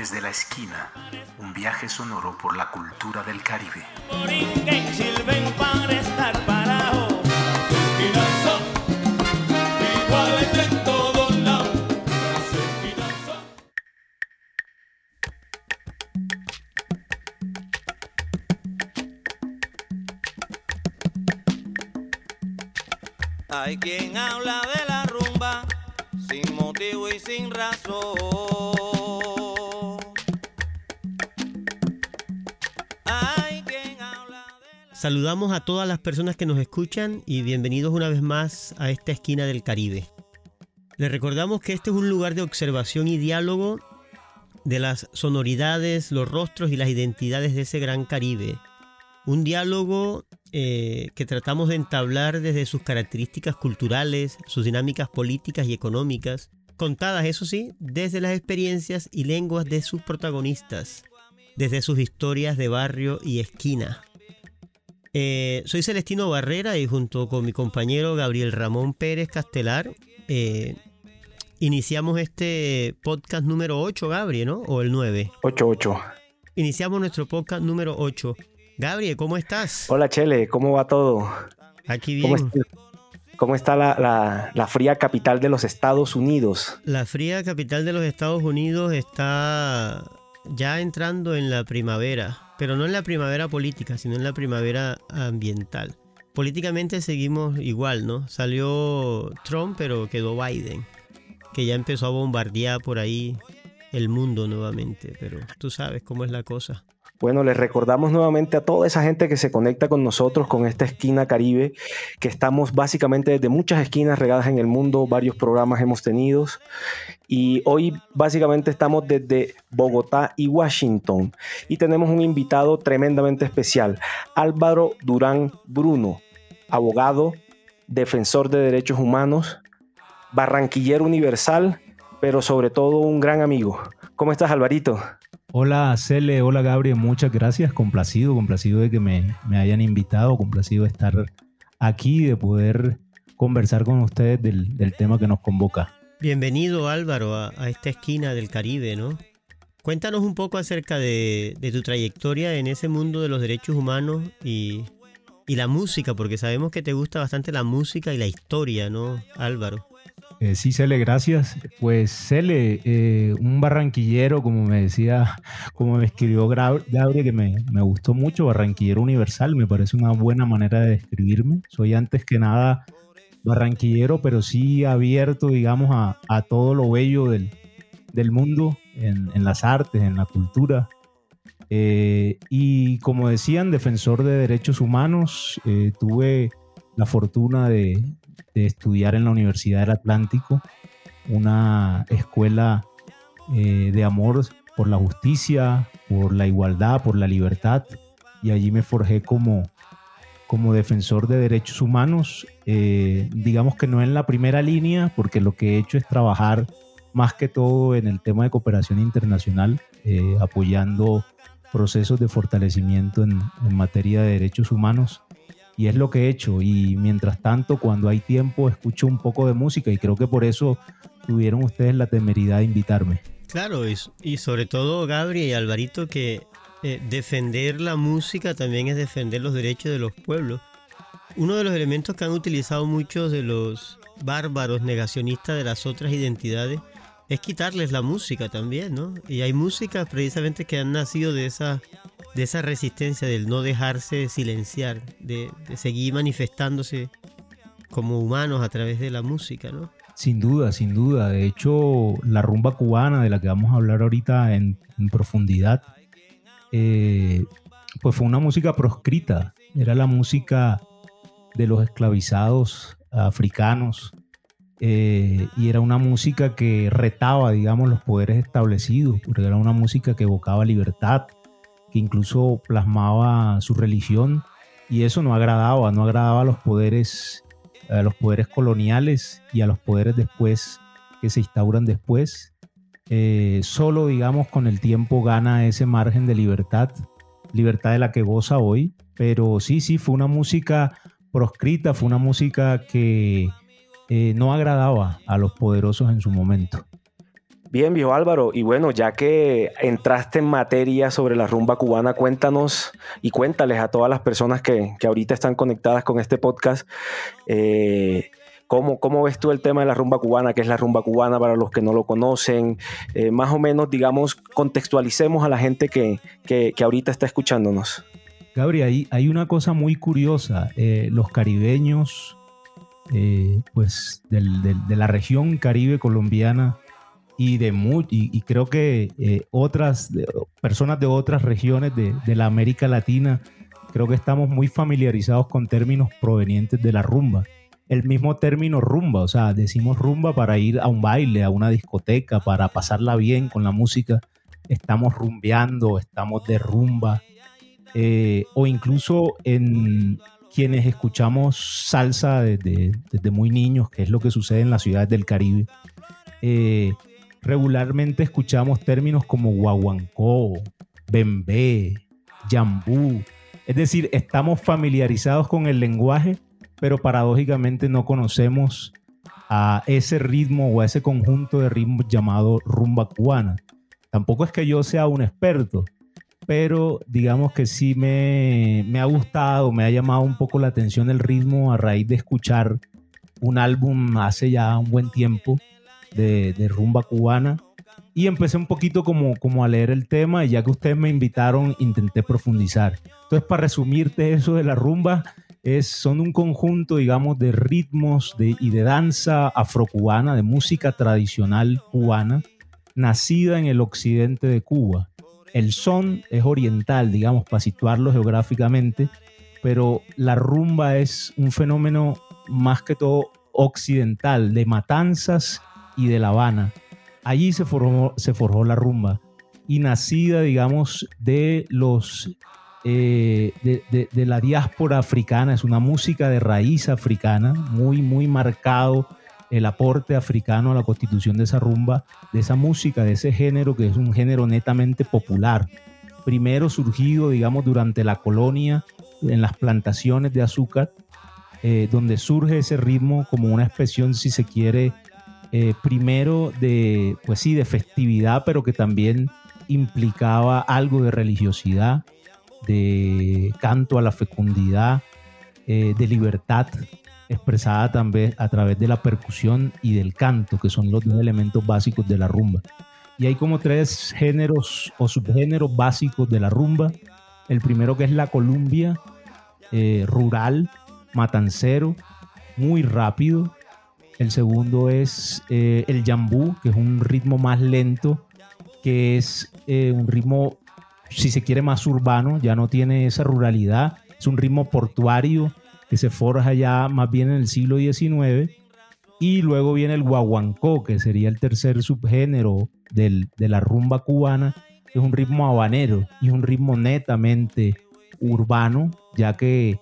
Desde la esquina, un viaje sonoro por la cultura del Caribe. Hay quien habla de la rumba sin motivo y sin razón. Hay quien habla de la... Saludamos a todas las personas que nos escuchan y bienvenidos una vez más a esta esquina del Caribe. Les recordamos que este es un lugar de observación y diálogo de las sonoridades, los rostros y las identidades de ese gran Caribe. Un diálogo que tratamos de entablar desde sus características culturales, sus dinámicas políticas y económicas, contadas, eso sí, desde las experiencias y lenguas de sus protagonistas, desde sus historias de barrio y esquina. Soy Celestino Barrera y junto con mi compañero Gabriel Ramón Pérez Castelar iniciamos este podcast número 8, Gabriel, ¿no? ¿O el 9? 8. Iniciamos nuestro podcast número 8. Gabriel, ¿cómo estás? Hola, Chele, ¿cómo va todo? Aquí bien. ¿Cómo está la fría capital de los Estados Unidos? La fría capital de los Estados Unidos está ya entrando en la primavera, pero no en la primavera política, sino en la primavera ambiental. Políticamente seguimos igual, ¿no? Salió Trump, pero quedó Biden, que ya empezó a bombardear por ahí el mundo nuevamente, pero tú sabes cómo es la cosa. Bueno, les recordamos nuevamente a toda esa gente que se conecta con nosotros con esta esquina Caribe, que estamos básicamente desde muchas esquinas regadas en el mundo, varios programas hemos tenido y hoy básicamente estamos desde Bogotá y Washington y tenemos un invitado tremendamente especial, Álvaro Durán Bruno, abogado, defensor de derechos humanos, barranquillero universal, pero sobre todo un gran amigo. ¿Cómo estás, Alvarito? Hola Cele, hola Gabriel, muchas gracias, complacido de que me hayan invitado, complacido de estar aquí, de poder conversar con ustedes del tema que nos convoca. Bienvenido Álvaro a esta esquina del Caribe, ¿no? Cuéntanos un poco acerca de tu trayectoria en ese mundo de los derechos humanos y la música, porque sabemos que te gusta bastante la música y la historia, ¿no, Álvaro? Sí, Cele, gracias. Pues Cele, un barranquillero, como me escribió Gabriel, que me gustó mucho, barranquillero universal, me parece una buena manera de describirme. Soy antes que nada barranquillero, pero sí abierto, digamos, a todo lo bello del mundo, en las artes, en la cultura. Y como decían, defensor de derechos humanos, tuve la fortuna de estudiar en la Universidad del Atlántico, una escuela de amor por la justicia, por la igualdad, por la libertad, y allí me forjé como defensor de derechos humanos, digamos que no en la primera línea, porque lo que he hecho es trabajar más que todo en el tema de cooperación internacional, apoyando procesos de fortalecimiento en materia de derechos humanos. Y es lo que he hecho, y mientras tanto, cuando hay tiempo, escucho un poco de música, y creo que por eso tuvieron ustedes la temeridad de invitarme. Claro, y sobre todo Gabriel y Alvarito, que defender la música también es defender los derechos de los pueblos. Uno de los elementos que han utilizado muchos de los bárbaros negacionistas de las otras identidades es quitarles la música también, ¿no? Y hay músicas precisamente que han nacido de esa resistencia, del no dejarse silenciar, de seguir manifestándose como humanos a través de la música, ¿no? Sin duda, sin duda. De hecho, la rumba cubana, de la que vamos a hablar ahorita en profundidad, pues fue una música proscrita. Era la música de los esclavizados africanos, y era una música que retaba, digamos, los poderes establecidos, porque era una música que evocaba libertad, que incluso plasmaba su religión, y eso no agradaba a los poderes coloniales y a los poderes después que se instauran después. Solo, digamos, con el tiempo gana ese margen de libertad de la que goza hoy, pero sí, fue una música proscrita, fue una música que no agradaba a los poderosos en su momento. Bien, viejo Álvaro, y bueno, ya que entraste en materia sobre la rumba cubana, cuéntanos y cuéntales a todas las personas que ahorita están conectadas con este podcast, ¿cómo ves tú el tema de la rumba cubana? ¿Qué es la rumba cubana para los que no lo conocen? Más o menos, digamos, contextualicemos a la gente que ahorita está escuchándonos. Gabri, hay una cosa muy curiosa. Los caribeños, pues de la región Caribe colombiana, y creo que otras personas de otras regiones de la América Latina, creo que estamos muy familiarizados con términos provenientes de la rumba. El mismo término rumba, o sea, decimos rumba para ir a un baile, a una discoteca, para pasarla bien con la música. Estamos rumbeando, estamos de rumba. O incluso en quienes escuchamos salsa desde muy niños, que es lo que sucede en las ciudades del Caribe. Regularmente escuchamos términos como guaguancó, bembé, yambú. Es decir, estamos familiarizados con el lenguaje, pero paradójicamente no conocemos a ese ritmo o a ese conjunto de ritmos llamado rumba cubana. Tampoco es que yo sea un experto, pero digamos que sí me ha gustado, me ha llamado un poco la atención el ritmo a raíz de escuchar un álbum hace ya un buen tiempo de rumba cubana, y empecé un poquito como a leer el tema, y ya que ustedes me invitaron intenté profundizar. Entonces, para resumirte eso de la rumba, son un conjunto, digamos, de ritmos y de danza afrocubana, de música tradicional cubana, nacida en el occidente de Cuba. El son es oriental, digamos, para situarlo geográficamente, pero la rumba es un fenómeno más que todo occidental, de Matanzas y de La Habana. Allí se forjó la rumba, y nacida, digamos, de la diáspora africana. Es una música de raíz africana, muy, muy marcado el aporte africano a la constitución de esa rumba, de esa música, de ese género que es un género netamente popular. Primero surgido, digamos, durante la colonia, en las plantaciones de azúcar, donde surge ese ritmo como una expresión, si se quiere, primero de festividad, pero que también implicaba algo de religiosidad, de canto a la fecundidad, de libertad, expresada también a través de la percusión y del canto, que son los dos elementos básicos de la rumba. Y hay como tres géneros o subgéneros básicos de la rumba. El primero, que es la columbia, rural, matancero, muy rápido. El segundo es el yambú, que es un ritmo más lento, que es un ritmo, si se quiere, más urbano, ya no tiene esa ruralidad. Es un ritmo portuario que se forja ya más bien en el siglo XIX. Y luego viene el guaguancó, que sería el tercer subgénero de la rumba cubana, que es un ritmo habanero y un ritmo netamente urbano, ya que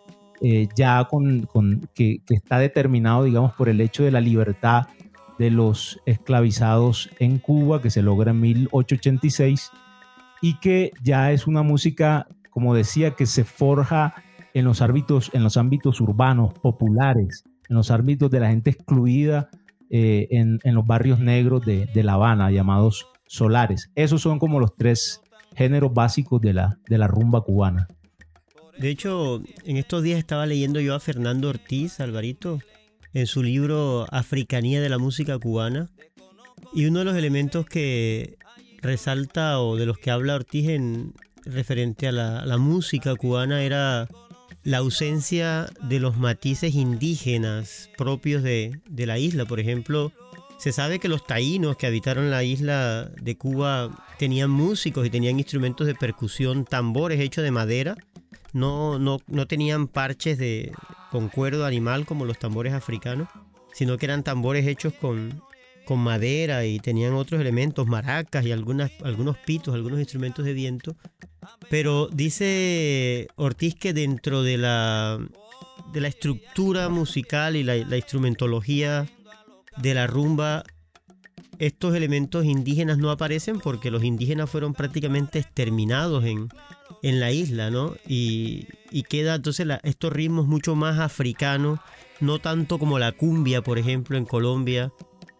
que está determinado, digamos, por el hecho de la libertad de los esclavizados en Cuba, que se logra en 1886, y que ya es una música, como decía, que se forja en los ámbitos urbanos, populares, en los ámbitos de la gente excluida, en los barrios negros de La Habana, llamados solares. Esos son como los tres géneros básicos de la rumba cubana. De hecho, en estos días estaba leyendo yo a Fernando Ortiz, Alvarito, en su libro Africanía de la música cubana, y uno de los elementos que resalta, o de los que habla Ortiz en referente a la música cubana, era la ausencia de los matices indígenas propios de la isla. Por ejemplo, se sabe que los taínos que habitaron la isla de Cuba tenían músicos y tenían instrumentos de percusión, tambores hechos de madera. No tenían parches con cuerdo animal como los tambores africanos, sino que eran tambores hechos con madera, y tenían otros elementos, maracas y algunos pitos, algunos instrumentos de viento. Pero dice Ortiz que dentro de la estructura musical y la instrumentología de la rumba, estos elementos indígenas no aparecen, porque los indígenas fueron prácticamente exterminados en la isla, ¿no? Y queda entonces estos ritmos mucho más africanos, no tanto como la cumbia, por ejemplo, en Colombia,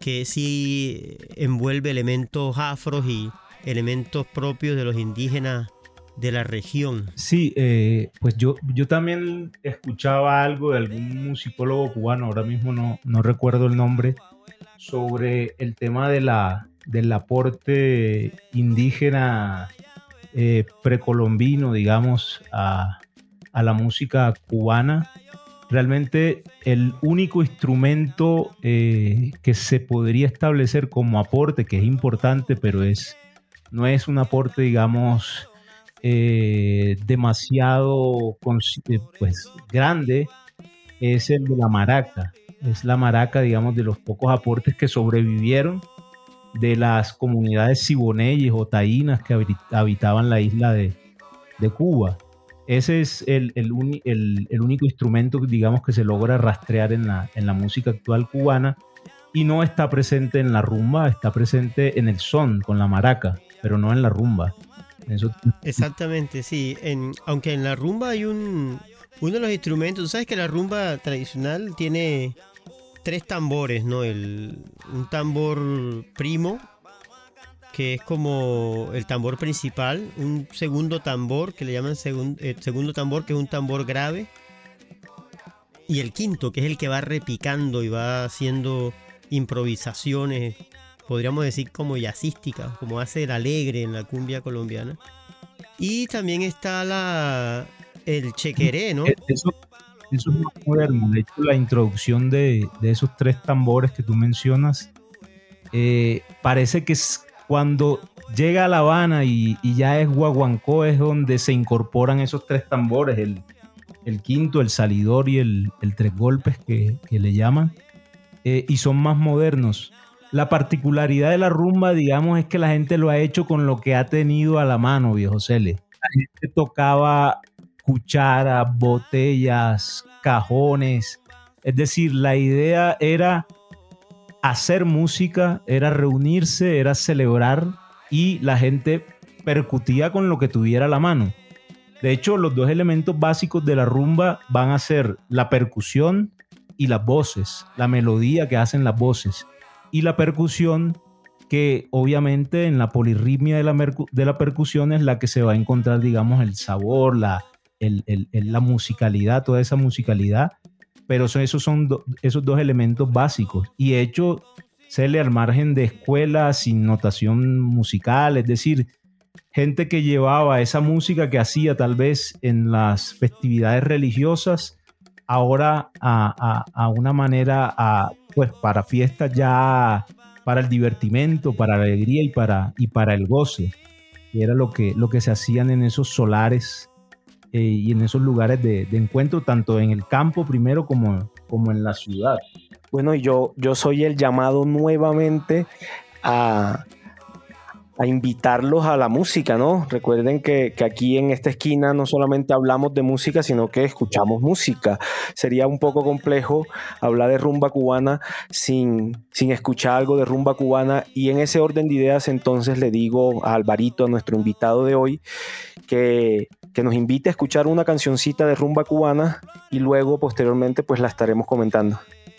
que sí envuelve elementos afros y elementos propios de los indígenas de la región. Sí, pues yo también escuchaba algo de algún musicólogo cubano, ahora mismo no recuerdo el nombre, sobre el tema del aporte indígena precolombino, digamos, a la música cubana. Realmente el único instrumento que se podría establecer como aporte, que es importante, pero no es un aporte, digamos, demasiado pues, grande, es el de la maraca. Es la maraca, digamos, de los pocos aportes que sobrevivieron de las comunidades siboneyes o taínas que habitaban la isla de Cuba. Ese es el único instrumento, digamos, que se logra rastrear en la música actual cubana, y no está presente en la rumba, está presente en el son, con la maraca, pero no en la rumba. Eso... Exactamente, sí. Aunque en la rumba hay uno de los instrumentos, tú sabes que la rumba tradicional tiene 3 tambores, ¿no? Un tambor primo, que es como el tambor principal, un segundo tambor, que le llaman segundo tambor, que es un tambor grave, y el quinto, que es el que va repicando y va haciendo improvisaciones, podríamos decir como jazzísticas, como hace el alegre en la cumbia colombiana. Y también está el chequeré, ¿no? Eso es más moderno. De hecho, la introducción de esos 3 tambores que tú mencionas, parece que es cuando llega a La Habana y ya es Guaguancó, es donde se incorporan esos 3 tambores, el quinto, el salidor y el 3 golpes que le llaman, y son más modernos. La particularidad de la rumba, digamos, es que la gente lo ha hecho con lo que ha tenido a la mano, viejo Cele. La gente tocaba cucharas, botellas, cajones. Es decir, la idea era hacer música, era reunirse, era celebrar, y la gente percutía con lo que tuviera a la mano. De hecho, los 2 elementos básicos de la rumba van a ser la percusión y las voces, la melodía que hacen las voces, y la percusión, que obviamente en la polirritmia de la percusión es la que se va a encontrar, digamos, el sabor, la musicalidad, toda esa musicalidad. Pero esos son esos 2 elementos básicos. Y hecho, Cele, al margen de escuelas sin notación musical, es decir, gente que llevaba esa música que hacía tal vez en las festividades religiosas, ahora a una manera, pues para fiestas ya, para el divertimento, para la alegría y para el goce, que era lo que se hacían en esos solares y en esos lugares de encuentro, tanto en el campo primero como en la ciudad. Bueno, yo soy el llamado nuevamente a invitarlos a la música, ¿no? Recuerden que aquí en esta esquina no solamente hablamos de música, sino que escuchamos música. Sería un poco complejo hablar de rumba cubana sin escuchar algo de rumba cubana, y en ese orden de ideas entonces le digo a Alvarito, a nuestro invitado de hoy, que nos invite a escuchar una cancioncita de rumba cubana, y luego posteriormente pues la estaremos comentando.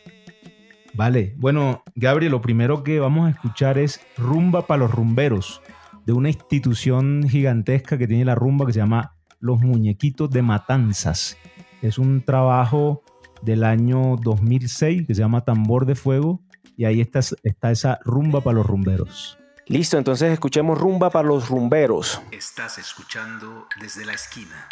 Vale, bueno, Gabriel, lo primero que vamos a escuchar es Rumba para los Rumberos, de una institución gigantesca que tiene la rumba, que se llama Los Muñequitos de Matanzas. Es un trabajo del año 2006 que se llama Tambor de Fuego, y ahí está esa Rumba para los Rumberos. Listo, entonces escuchemos Rumba para los Rumberos. Estás escuchando Desde la Esquina.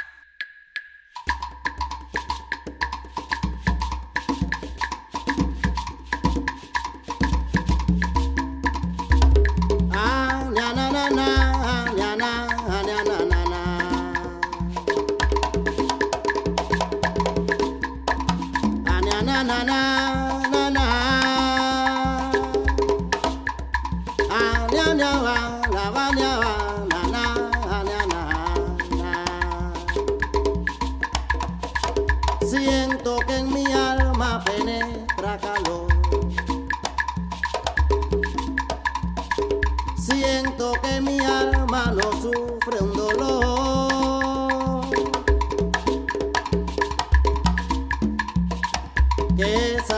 Siento que en mi alma penetra calor. Siento que mi alma no sufre un dolor. Que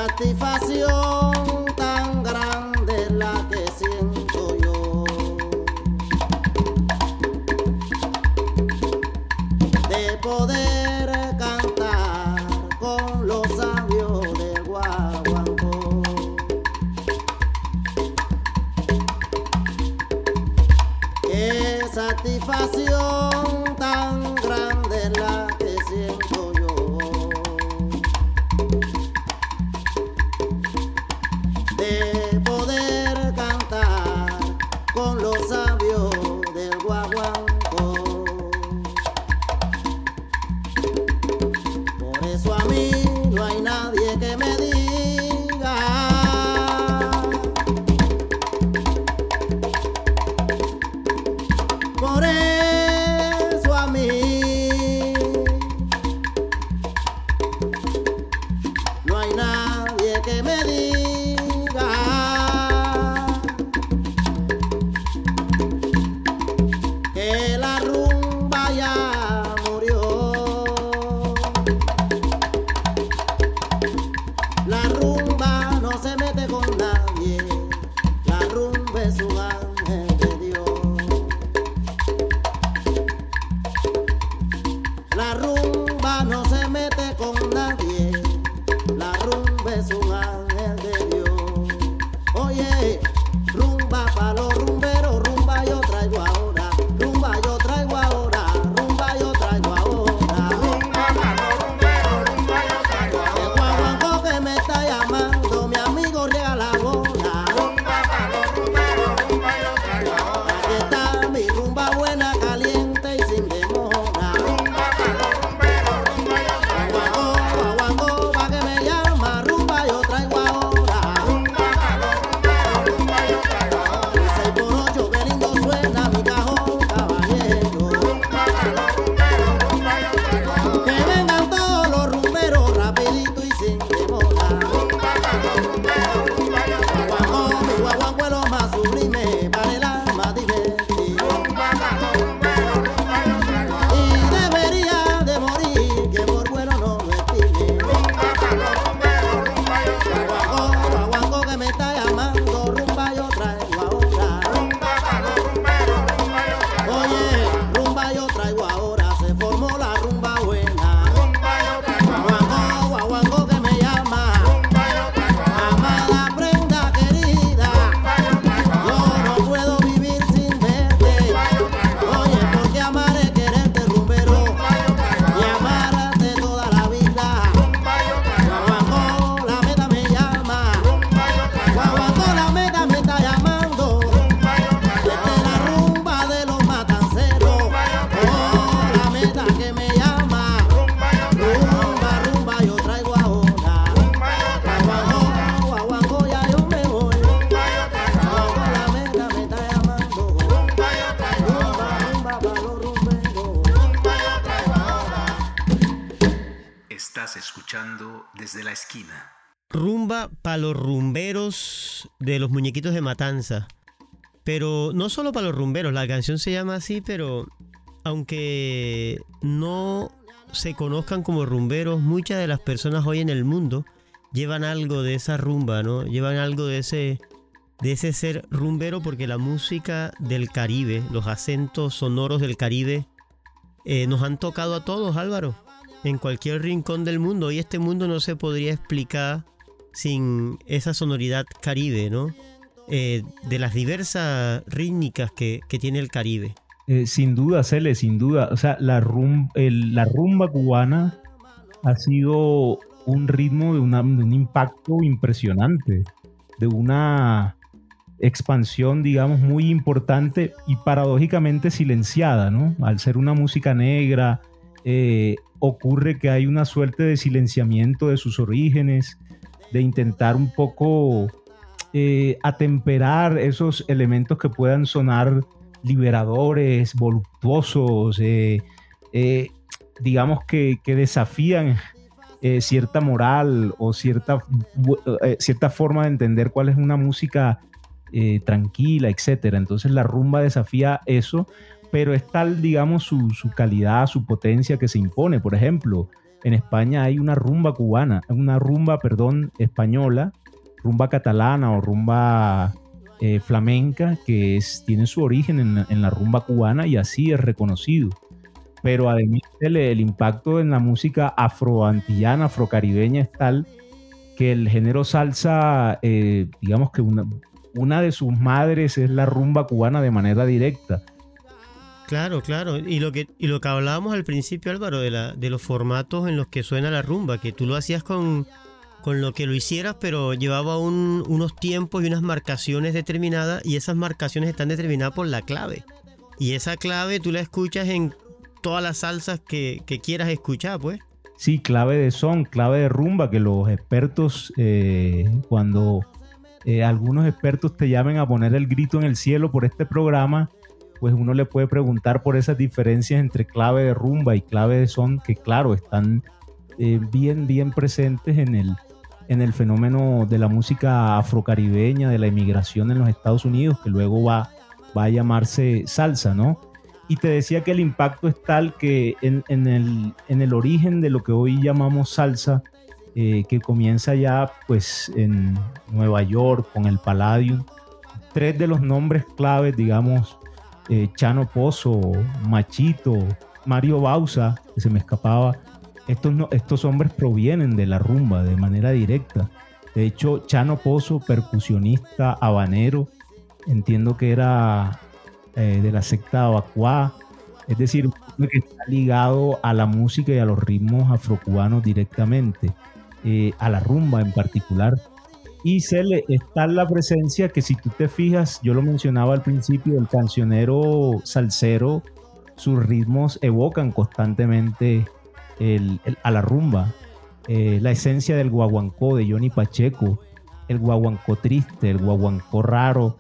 Estás escuchando Desde la Esquina. Rumba para los rumberos de los muñequitos de Matanza. Pero no solo para los rumberos, la canción se llama así, pero aunque no se conozcan como rumberos, muchas de las personas hoy en el mundo llevan algo de esa rumba, ¿no? Llevan algo de ese ser rumbero, porque la música del Caribe, los acentos sonoros del Caribe, nos han tocado a todos, Álvaro, en cualquier rincón del mundo. Hoy este mundo no se podría explicar sin esa sonoridad caribe, ¿no? De las diversas rítmicas que tiene el Caribe. Sin duda, Cele, sin duda. O sea, la rumba cubana ha sido un ritmo de un impacto impresionante, de una expansión, digamos, muy importante y paradójicamente silenciada, ¿no? Al ser una música negra, ocurre que hay una suerte de silenciamiento de sus orígenes, de intentar un poco atemperar esos elementos que puedan sonar liberadores, voluptuosos, digamos que desafían cierta moral o cierta forma de entender cuál es una música tranquila, etc. Entonces la rumba desafía eso, pero es tal, digamos, su calidad, su potencia que se impone. Por ejemplo, en España hay una rumba española, rumba catalana o rumba flamenca, que tiene su origen en la rumba cubana y así es reconocido. Pero además el impacto en la música afroantillana, afrocaribeña es tal que el género salsa, digamos que una de sus madres es la rumba cubana de manera directa. Claro. Y lo que hablábamos al principio, Álvaro, de los formatos en los que suena la rumba, que tú lo hacías con lo que lo hicieras, pero llevaba unos tiempos y unas marcaciones determinadas, y esas marcaciones están determinadas por la clave. Y esa clave tú la escuchas en todas las salsas que quieras escuchar, pues. Sí, clave de son, clave de rumba, que los expertos, cuando algunos expertos te llamen a poner el grito en el cielo por este programa, pues uno le puede preguntar por esas diferencias entre clave de rumba y clave de son, que claro, están bien presentes en el fenómeno de la música afrocaribeña, de la inmigración en los Estados Unidos, que luego va a llamarse salsa, ¿no? Y te decía que el impacto es tal que en el origen de lo que hoy llamamos salsa, que comienza ya pues en Nueva York con el Palladium, 3 de los nombres claves, digamos, Chano Pozo, Machito, Mario Bauza, que se me escapaba, estos hombres provienen de la rumba de manera directa. De hecho, Chano Pozo, percusionista habanero, entiendo que era de la secta Abacuá, es decir, que está ligado a la música y a los ritmos afrocubanos directamente, a la rumba en particular. Y está la presencia que, si tú te fijas, yo lo mencionaba al principio, el cancionero salsero, sus ritmos evocan constantemente a la rumba. La esencia del guaguancó de Johnny Pacheco, el guaguancó triste, el guaguancó raro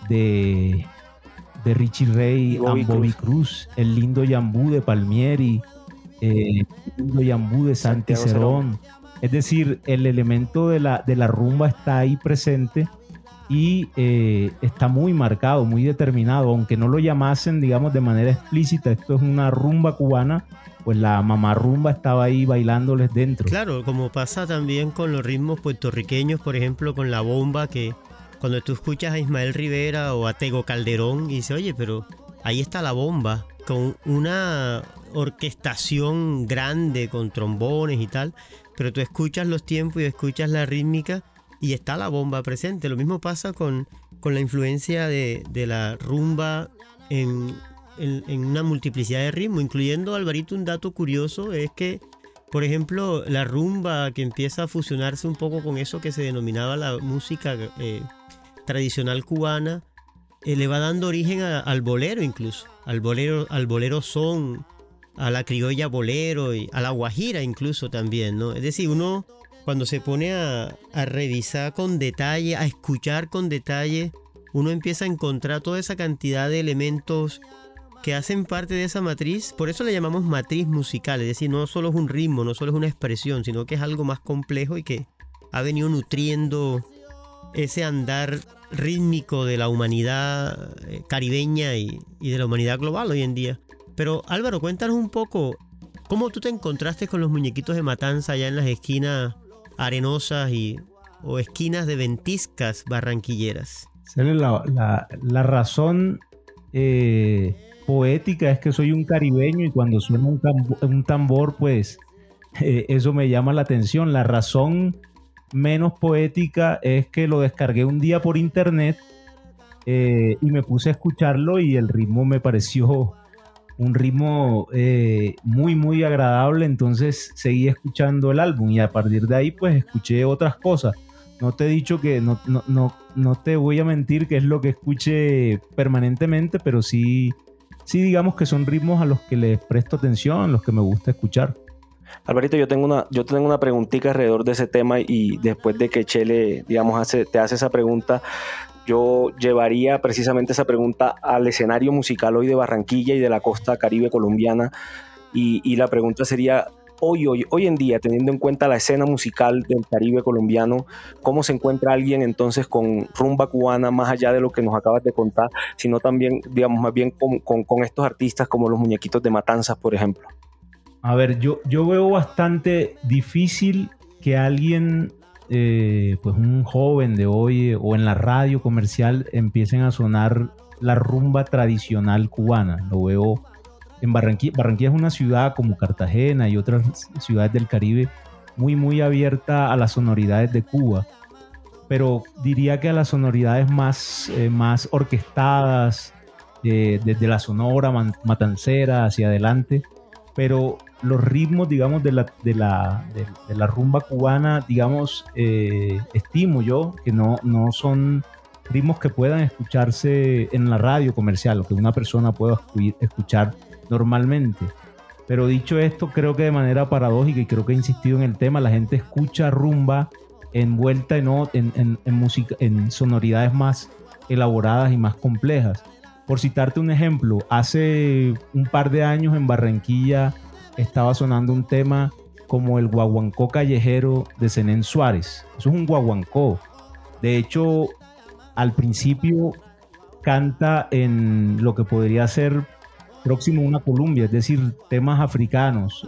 de Richie Ray y Bobby Cruz, el lindo yambú de Palmieri, el lindo yambú de Santi Cerón. Es decir, el elemento de la rumba está ahí presente y está muy marcado, muy determinado, aunque no lo llamasen, digamos, de manera explícita, esto es una rumba cubana, pues la mamá rumba estaba ahí bailándoles dentro. Claro, como pasa también con los ritmos puertorriqueños, por ejemplo, con la bomba, que cuando tú escuchas a Ismael Rivera o a Tego Calderón y dices, oye, pero ahí está la bomba, con una orquestación grande, con trombones y tal, pero tú escuchas los tiempos y escuchas la rítmica y está la bomba presente. Lo mismo pasa con la influencia de la rumba en una multiplicidad de ritmos, incluyendo, Alvarito, un dato curioso es que, por ejemplo, la rumba que empieza a fusionarse un poco con eso que se denominaba la música tradicional cubana, le va dando origen al bolero, incluso al bolero son, a la criolla bolero y a la guajira incluso también, ¿no? Es decir, uno cuando se pone a revisar con detalle, a escuchar con detalle, uno empieza a encontrar toda esa cantidad de elementos que hacen parte de esa matriz, por eso le llamamos matriz musical, es decir, no solo es un ritmo, no solo es una expresión, sino que es algo más complejo y que ha venido nutriendo ese andar rítmico de la humanidad caribeña y de la humanidad global hoy en día. Pero Álvaro, cuéntanos un poco, ¿cómo tú te encontraste con los muñequitos de Matanza allá en las esquinas arenosas o esquinas de ventiscas barranquilleras? La razón poética es que soy un caribeño y cuando suena un tambor, pues eso me llama la atención. La razón menos poética es que lo descargué un día por internet y me puse a escucharlo y el ritmo me pareció un ritmo muy muy agradable, entonces seguí escuchando el álbum y a partir de ahí pues escuché otras cosas. No te he dicho que no te voy a mentir que es lo que escuche permanentemente, pero sí digamos que son ritmos a los que les presto atención, los que me gusta escuchar. Alvarito, yo tengo una preguntita alrededor de ese tema y después de que Chele, digamos, te hace esa pregunta, yo llevaría precisamente esa pregunta al escenario musical hoy de Barranquilla y de la costa caribe colombiana y la pregunta sería, hoy en día, teniendo en cuenta la escena musical del Caribe colombiano, ¿cómo se encuentra alguien entonces con rumba cubana más allá de lo que nos acabas de contar, sino también, digamos, más bien con estos artistas como los Muñequitos de Matanzas, por ejemplo? A ver, yo veo bastante difícil que alguien, pues un joven de hoy o en la radio comercial empiecen a sonar la rumba tradicional cubana. Lo veo en Barranquilla. Barranquilla es una ciudad como Cartagena y otras ciudades del Caribe muy, muy abierta a las sonoridades de Cuba. Pero diría que a las sonoridades más orquestadas, desde la sonora matancera hacia adelante. Pero los ritmos, digamos, de la rumba cubana, digamos, estimo yo que no son ritmos que puedan escucharse en la radio comercial o que una persona pueda escuchar normalmente. Pero dicho esto, creo que de manera paradójica, y creo que he insistido en el tema, la gente escucha rumba envuelta en música, en sonoridades más elaboradas y más complejas. Por citarte un ejemplo, hace un par de años en Barranquilla estaba sonando un tema como el guaguancó callejero de Zenén Suárez. Eso es un guaguancó. De hecho, al principio canta en lo que podría ser próximo a una columbia, es decir, temas africanos,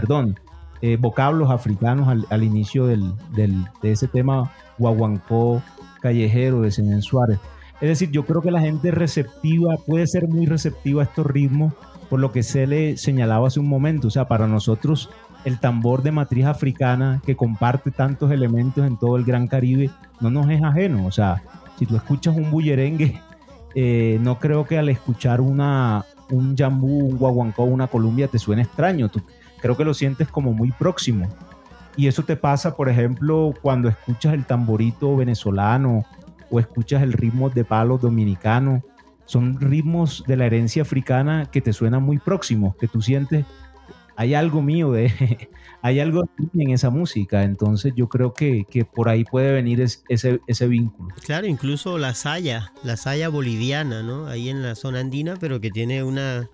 vocablos africanos al inicio de ese tema guaguancó callejero de Zenén Suárez. Es decir, yo creo que la gente receptiva, puede ser muy receptiva a estos ritmos, por lo que se le señalaba hace un momento. O sea, para nosotros el tambor de matriz africana, que comparte tantos elementos en todo el Gran Caribe, no nos es ajeno. O sea, si tú escuchas un bullerengue, no creo que al escuchar un yambú, un guaguancó, una columbia te suene extraño. Creo que lo sientes como muy próximo. Y eso te pasa, por ejemplo, cuando escuchas el tamborito venezolano o escuchas el ritmo de palos dominicano. Son ritmos de la herencia africana que te suenan muy próximos, que tú sientes, hay algo mío, hay algo en esa música. Entonces yo creo que por ahí puede venir ese vínculo. Claro, incluso la saya boliviana, ¿no? Ahí en la zona andina, pero que tiene una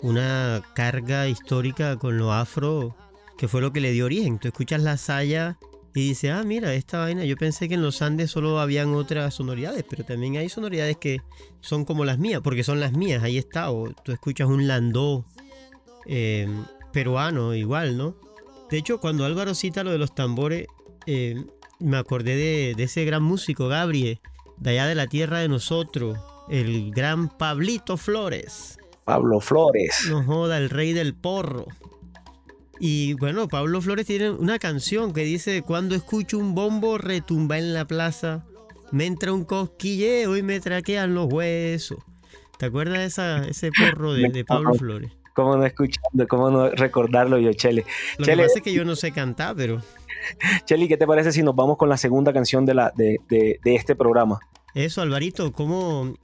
carga histórica con lo afro, que fue lo que le dio origen. Tú escuchas la saya y dices, mira, esta vaina, yo pensé que en los Andes solo habían otras sonoridades, pero también hay sonoridades que son como las mías, porque son las mías, ahí está. O tú escuchas un landó peruano igual, ¿no? De hecho, cuando Álvaro cita lo de los tambores, me acordé de ese gran músico, Gabriel, de allá de la tierra de nosotros, el gran Pablito Flores. Pablo Flores. No joda, el rey del porro. Y bueno, Pablo Flores tiene una canción que dice: cuando escucho un bombo retumba en la plaza, me entra un cosquilleo y me traquean los huesos. ¿Te acuerdas de ese porro de Pablo Flores? ¿Cómo no escucharlo? ¿Cómo no recordarlo yo, Chele? Lo que pasa es que yo no sé cantar, pero... Chele, ¿qué te parece si nos vamos con la segunda canción de este programa? Eso, Alvarito, ¿cómo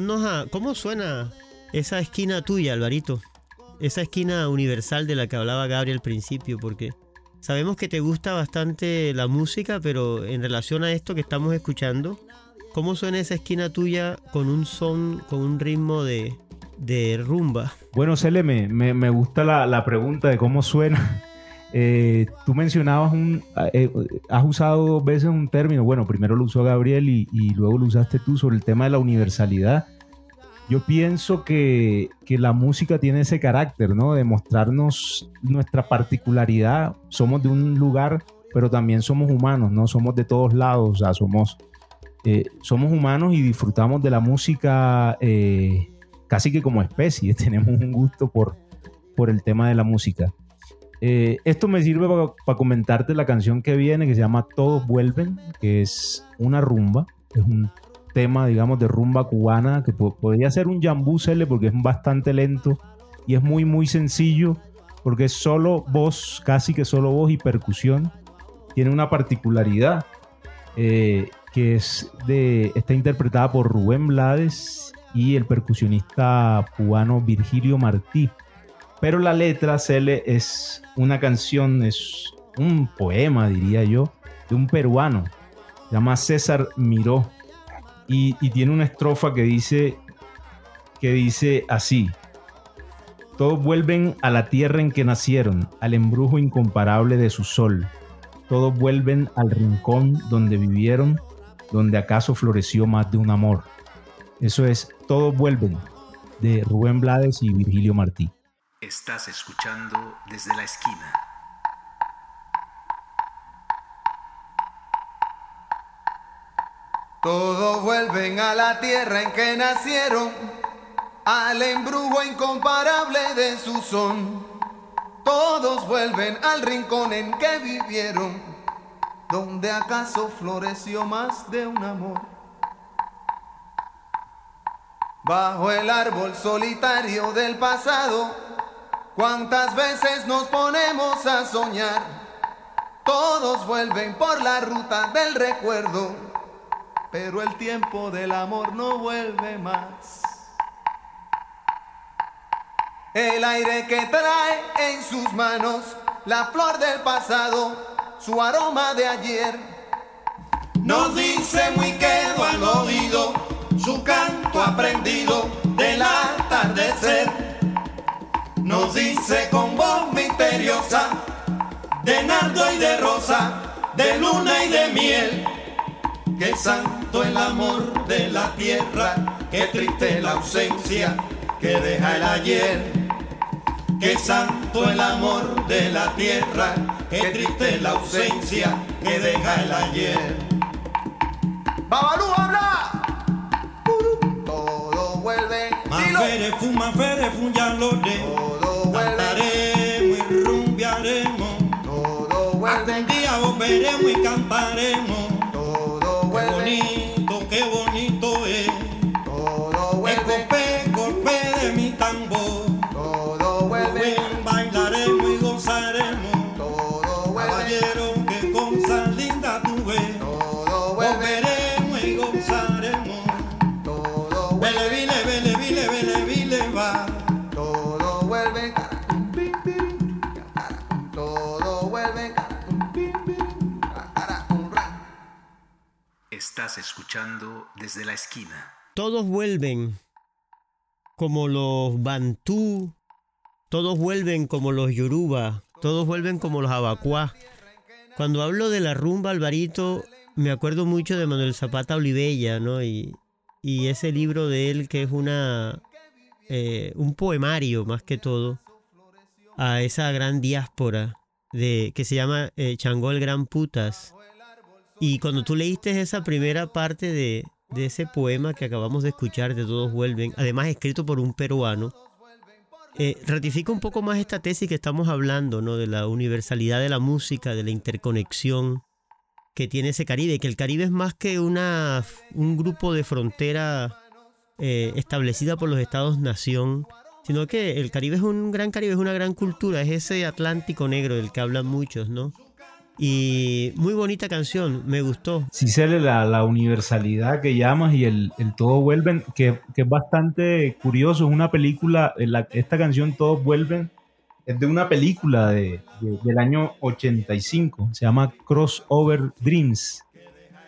suena esa esquina tuya, Alvarito? Esa esquina universal de la que hablaba Gabriel al principio, porque sabemos que te gusta bastante la música, pero en relación a esto que estamos escuchando, ¿cómo suena esa esquina tuya con un son, con un ritmo de de rumba? Bueno, Cele, me gusta la pregunta de cómo suena. Tú mencionabas has usado 2 veces un término, bueno, primero lo usó Gabriel y luego lo usaste tú sobre el tema de la universalidad. Yo pienso que la música tiene ese carácter, ¿no? De mostrarnos nuestra particularidad. Somos de un lugar, pero también somos humanos, ¿no? Somos de todos lados, o sea, somos humanos y disfrutamos de la música casi que como especie. Tenemos un gusto por el tema de la música. Esto me sirve para comentarte la canción que viene, que se llama Todos Vuelven, que es una rumba, es un tema, digamos, de rumba cubana, que podría ser un jambú, Cele, porque es bastante lento y es muy, muy sencillo, porque es solo voz, casi que solo voz y percusión. Tiene una particularidad, que está interpretada por Rubén Blades y el percusionista cubano Virgilio Martí. Pero la letra, Cele, es una canción, es un poema, diría yo, de un peruano, se llama César Miró, y tiene una estrofa que dice así: todos vuelven a la tierra en que nacieron, al embrujo incomparable de su sol. Todos vuelven al rincón donde vivieron, donde acaso floreció más de un amor. Eso es Todos Vuelven, de Rubén Blades y Virgilio Martí. Estás escuchando Desde la Esquina. Todos vuelven a la tierra en que nacieron, al embrujo incomparable de su son. Todos vuelven al rincón en que vivieron, donde acaso floreció más de un amor. Bajo el árbol solitario del pasado, cuántas veces nos ponemos a soñar. Todos vuelven por la ruta del recuerdo, pero el tiempo del amor no vuelve más. El aire que trae en sus manos la flor del pasado, su aroma de ayer, nos dice muy quedo al oído su canto aprendido del atardecer. Nos dice con voz misteriosa de nardo y de rosa, de luna y de miel, que santo el amor de la tierra, que triste la ausencia que deja el ayer. Que santo el amor de la tierra, que triste la ausencia que deja el ayer. ¡Babalú, habla! Todo vuelve. Mafere, funyalore. Todo vuelve. Cantaremos y rumbiaremos. Todo vuelve. Algún día volveremos y cantaremos. Todo vuelve. Qué bonito es. Todo vuelve. El golpe de mi tambor. Todo vuelve. Bailaremos y gozaremos. Todo vuelve. Caballero, qué cosa linda tú ves. Todo vuelve. Volveremos y gozaremos. Todo vuelve. Vele, va. Todo vuelve. Todo vuelve. Estás escuchando Desde la Esquina. Todos vuelven como los bantú, todos vuelven como los yoruba, todos vuelven como los abacuá. Cuando hablo de la rumba, Alvarito, me acuerdo mucho de Manuel Zapata Olivella, ¿no? Y ese libro de él que es un poemario más que todo a esa gran diáspora que se llama Changó el Gran Putas. Y cuando tú leíste esa primera parte de ese poema que acabamos de escuchar, de Todos Vuelven, además escrito por un peruano, ratifica un poco más esta tesis que estamos hablando, ¿no? De la universalidad de la música, de la interconexión que tiene ese Caribe, que el Caribe es más que un grupo de frontera establecida por los estados-nación, sino que el Caribe es un gran Caribe, es una gran cultura, es ese Atlántico negro del que hablan muchos, ¿no? Y muy bonita canción, me gustó. Sí, Cele, la universalidad que llamas y el Todos Vuelven, que es bastante curioso. Es una película, esta canción Todos Vuelven es de una película del año 85, se llama Crossover Dreams.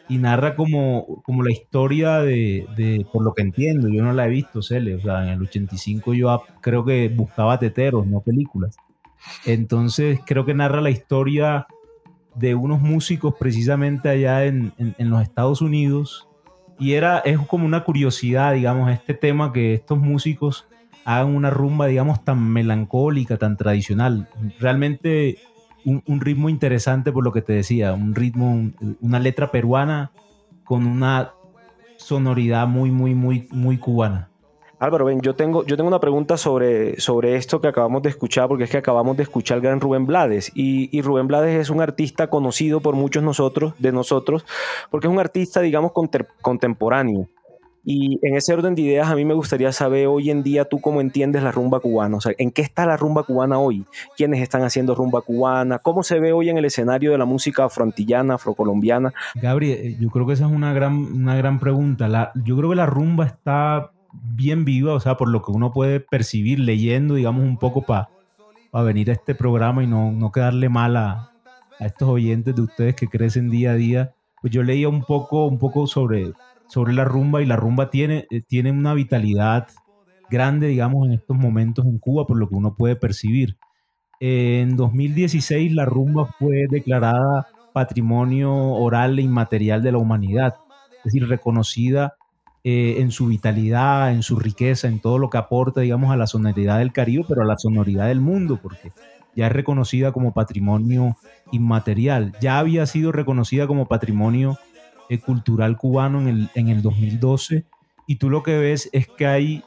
y narra como la historia de, por lo que entiendo, yo no la he visto, Cele, o sea, en el 85 yo creo que buscaba teteros, no películas. Entonces creo que narra la historia de unos músicos precisamente allá en los Estados Unidos, y es como una curiosidad, digamos, este tema, que estos músicos hagan una rumba, digamos, tan melancólica, tan tradicional. Realmente un ritmo interesante, por lo que te decía, un ritmo, una letra peruana con una sonoridad muy, muy, muy, muy cubana. Álvaro, ven, yo tengo una pregunta sobre esto que acabamos de escuchar, porque es que acabamos de escuchar al gran Rubén Blades, y Rubén Blades es un artista conocido por muchos de nosotros, porque es un artista, digamos, contemporáneo. Y en ese orden de ideas, a mí me gustaría saber hoy en día tú cómo entiendes la rumba cubana. O sea, ¿en qué está la rumba cubana hoy? ¿Quiénes están haciendo rumba cubana? ¿Cómo se ve hoy en el escenario de la música afroantillana, afrocolombiana? Gabri, yo creo que esa es una gran pregunta. Yo creo que la rumba está bien viva, o sea, por lo que uno puede percibir leyendo, digamos, un poco para venir a este programa y no quedarle mal a estos oyentes de ustedes que crecen día a día. Pues yo leía un poco sobre la rumba, y la rumba tiene una vitalidad grande, digamos, en estos momentos en Cuba, por lo que uno puede percibir. En 2016 la rumba fue declarada Patrimonio Oral e Inmaterial de la Humanidad, es decir, reconocida en su vitalidad, en su riqueza, en todo lo que aporta, digamos, a la sonoridad del Caribe, pero a la sonoridad del mundo, porque ya es reconocida como patrimonio inmaterial. Ya había sido reconocida como patrimonio cultural cubano en el 2012, y tú lo que ves es que hay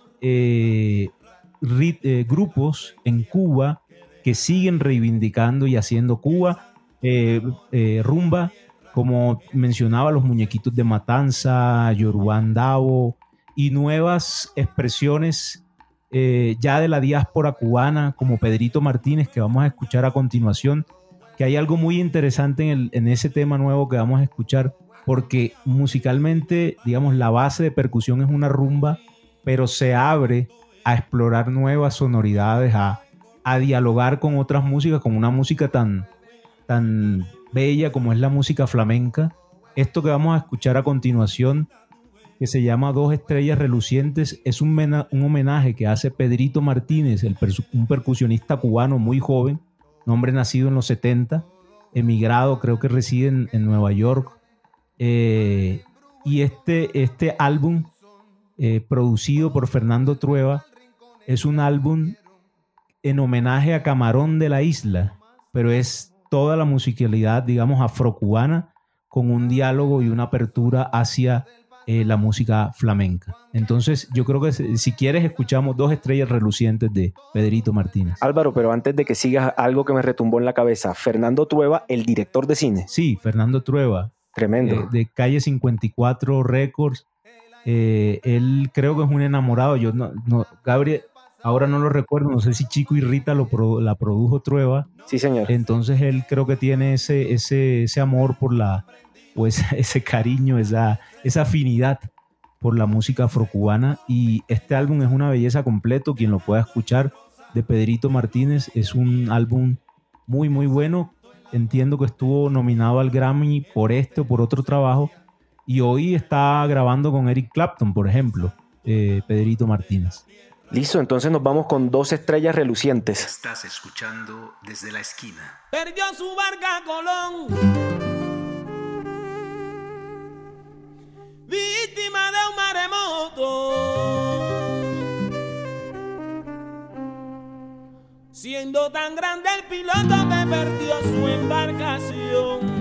grupos en Cuba que siguen reivindicando y haciendo Cuba rumba, como mencionaba, los Muñequitos de Matanza, Yorubán Davo, y nuevas expresiones ya de la diáspora cubana, como Pedrito Martínez, que vamos a escuchar a continuación, que hay algo muy interesante en ese tema nuevo que vamos a escuchar, porque musicalmente, digamos, la base de percusión es una rumba, pero se abre a explorar nuevas sonoridades, a dialogar con otras músicas, con una música tan bella como es la música flamenca. Esto que vamos a escuchar a continuación, que se llama Dos Estrellas Relucientes, es un homenaje que hace Pedrito Martínez, un percusionista cubano muy joven, un hombre nacido en los 70, emigrado, creo que reside en Nueva York. Y este álbum, producido por Fernando Trueba, es un álbum en homenaje a Camarón de la Isla, pero es toda la musicalidad, digamos, afrocubana, con un diálogo y una apertura hacia la música flamenca. Entonces yo creo que si quieres escuchamos Dos Estrellas Relucientes de Pedrito Martínez. Álvaro, pero antes de que sigas, algo que me retumbó en la cabeza: Fernando Trueba, el director de cine. Sí, Fernando Trueba. Tremendo. De Calle 54 Records. Él creo que es un enamorado. Yo Gabriel, ahora no lo recuerdo, no sé si Chico y Rita la produjo Trueba. Sí, señor. Entonces él creo que tiene ese amor por ese cariño, esa afinidad por la música afrocubana, y este álbum es una belleza completo. Quien lo pueda escuchar, de Pedrito Martínez, es un álbum muy, muy bueno. Entiendo que estuvo nominado al Grammy por este o por otro trabajo, y hoy está grabando con Eric Clapton, por ejemplo, Pedrito Martínez. Listo, entonces nos vamos con Dos Estrellas Relucientes. Estás escuchando Desde la Esquina. Perdió su barca Colón, víctima de un maremoto, siendo tan grande el piloto que perdió su embarcación.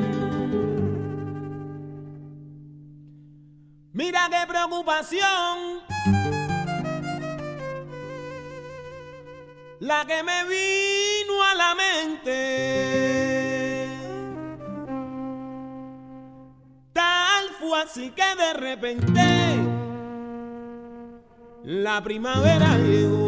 Mira qué preocupación la que me vino a la mente. Tal fue así que de repente la primavera llegó.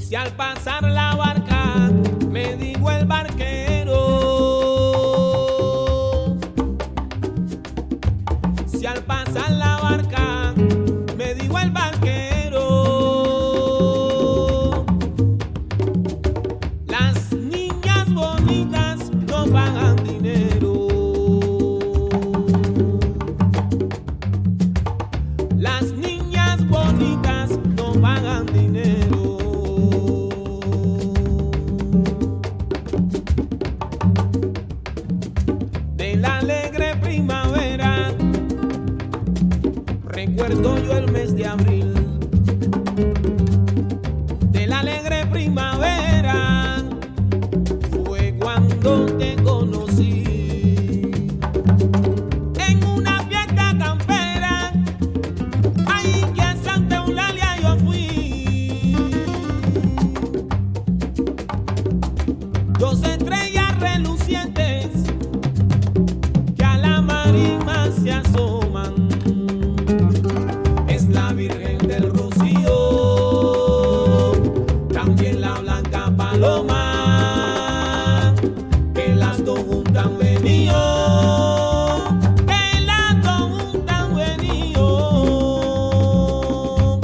Si al pasar la barca me dijo el barquero, si al pasar la barca me dijo el barquero, las niñas bonitas no pagan dinero, las niñas bonitas no pagan dinero. De la alegre primavera recuerdo yo el mes de abril, de la alegre primavera fue cuando te conocí, en una fiesta campera, ahí que a Santa Eulalia yo fui, 2 estrellas relucientes que a la marisma se asoman, es la Virgen del Rocío, también la Blanca Paloma, que las dos juntan venido, que las dos juntan venido.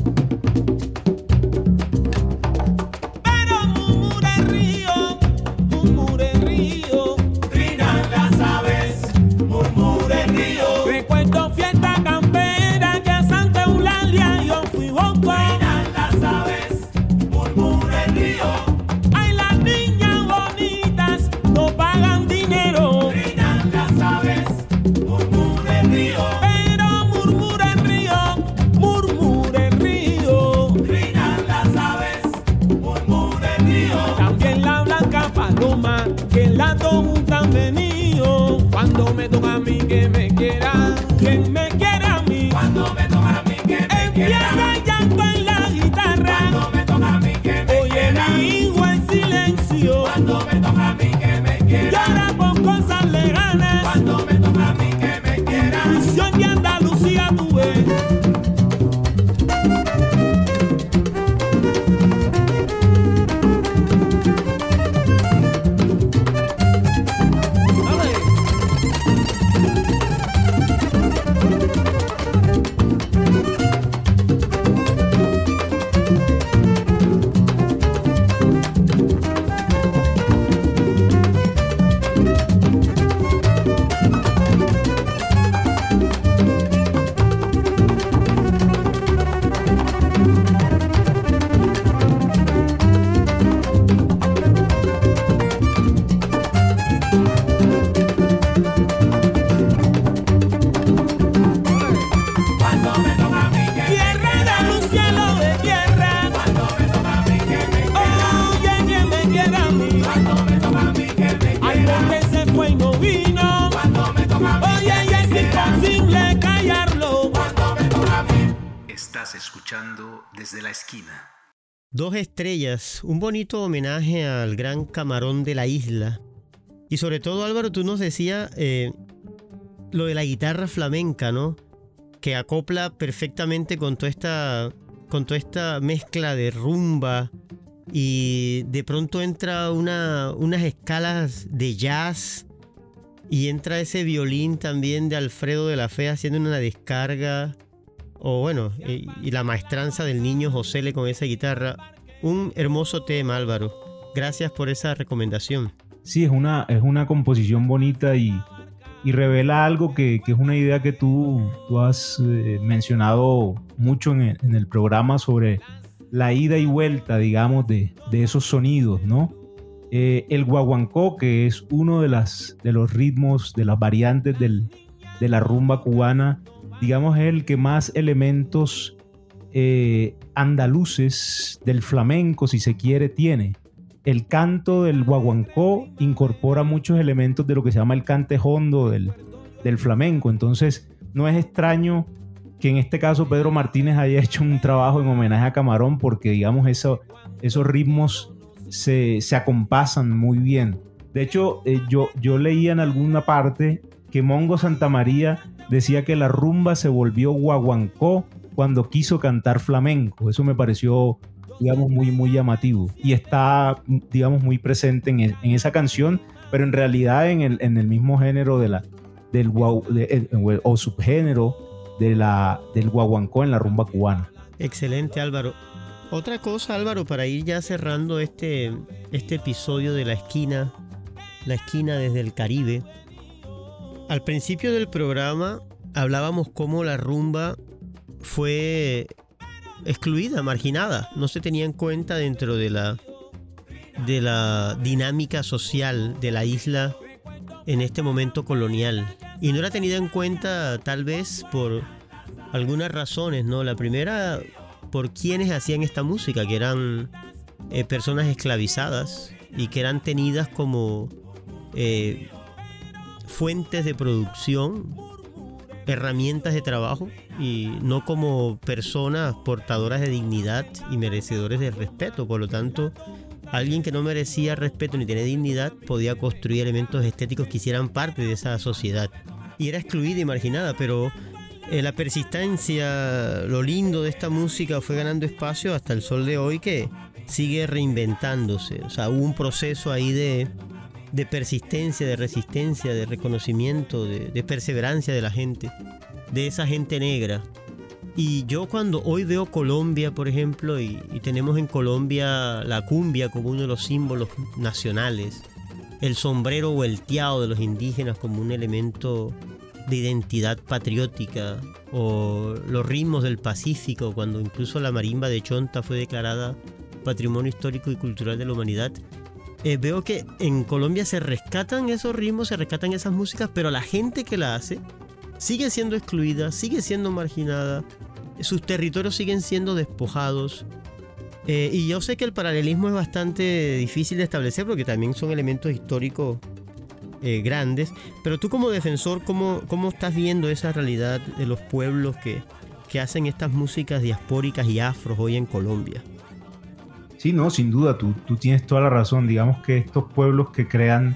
Pero murmura el río, trinan las aves, murmura el río. Recuerdo fiesta campera que a Santa Eulalia yo fui bonco. Trinan las aves, murmura el río. Ay, las niñas bonitas no pagan dinero. Trinan las aves, murmura el río. Pero murmura el río, murmura el río. Trinan las aves, murmura el río. También la Blanca Paloma, que las dos juntan venido. Cuando me toca a mí que me quiera, quien me quiera a mí. Cuando me toca a mí que me quiera. Empieza el llanto en la guitarra. Cuando me toca a mí que me quiera. Oye mi hijo en silencio. Cuando me toca a mí que me quiera. Llora por cosas lejanas. Cuando me toca a mí que me quiera. Visión de Andalucía tuve. Estás escuchando Desde la Esquina. 2 estrellas, un bonito homenaje al gran camarón de la isla. Y sobre todo, Álvaro, tú nos decías lo de la guitarra flamenca, ¿no? Que acopla perfectamente con toda esta mezcla de rumba, y de pronto entra unas escalas de jazz, y entra ese violín también de Alfredo de la Fe haciendo una descarga, o bueno, y la maestranza del niño José con esa guitarra. Un hermoso tema, Álvaro. Gracias por esa recomendación. Sí, es una composición bonita y revela algo que es una idea que tú has mencionado mucho en el programa sobre la ida y vuelta, digamos, de esos sonidos, ¿no? El guaguancó, que es uno de los ritmos, de las variantes de la rumba cubana, digamos, es el que más elementos andaluces del flamenco, si se quiere, tiene. El canto del guaguancó incorpora muchos elementos de lo que se llama el cante hondo del flamenco. Entonces, no es extraño que en este caso Pedro Martínez haya hecho un trabajo en homenaje a Camarón, porque, digamos, esos ritmos se acompasan muy bien. De hecho, yo leía en alguna parte que Mongo Santamaría decía que la rumba se volvió guaguancó cuando quiso cantar flamenco. Eso me pareció digamos, muy llamativo. Y está, digamos, muy presente en esa canción, pero en realidad en el mismo género o subgénero del guaguancó en la rumba cubana. Excelente, Álvaro. Otra cosa, Álvaro, para ir ya cerrando este episodio de la esquina desde el Caribe. Al principio del programa hablábamos cómo la rumba fue excluida, marginada, no se tenía en cuenta dentro de la dinámica social de la isla en este momento colonial, y no era tenida en cuenta tal vez por algunas razones, ¿no? La primera, por quienes hacían esta música, que eran personas esclavizadas y que eran tenidas como fuentes de producción, herramientas de trabajo, y no como personas portadoras de dignidad y merecedores de respeto. Por lo tanto, alguien que no merecía respeto ni tenía dignidad podía construir elementos estéticos que hicieran parte de esa sociedad, y era excluida y marginada. Pero la persistencia, lo lindo de esta música fue ganando espacio hasta el sol de hoy, que sigue reinventándose. O sea, hubo un proceso ahí de persistencia, de resistencia, de reconocimiento, de perseverancia de la gente, de esa gente negra. Y yo cuando hoy veo Colombia, por ejemplo, y tenemos en Colombia la cumbia como uno de los símbolos nacionales, el sombrero volteado de los indígenas como un elemento de identidad patriótica, o los ritmos del Pacífico, cuando incluso la marimba de Chonta fue declarada Patrimonio Histórico y Cultural de la Humanidad. Veo que en Colombia se rescatan esos ritmos, se rescatan esas músicas, pero la gente que la hace sigue siendo excluida, sigue siendo marginada, sus territorios siguen siendo despojados. Y yo sé que el paralelismo es bastante difícil de establecer porque también son elementos históricos grandes, pero tú como defensor, ¿cómo estás viendo esa realidad de los pueblos que hacen estas músicas diaspóricas y afros hoy en Colombia? Sí, no, sin duda, tú tienes toda la razón. Digamos que estos pueblos que crean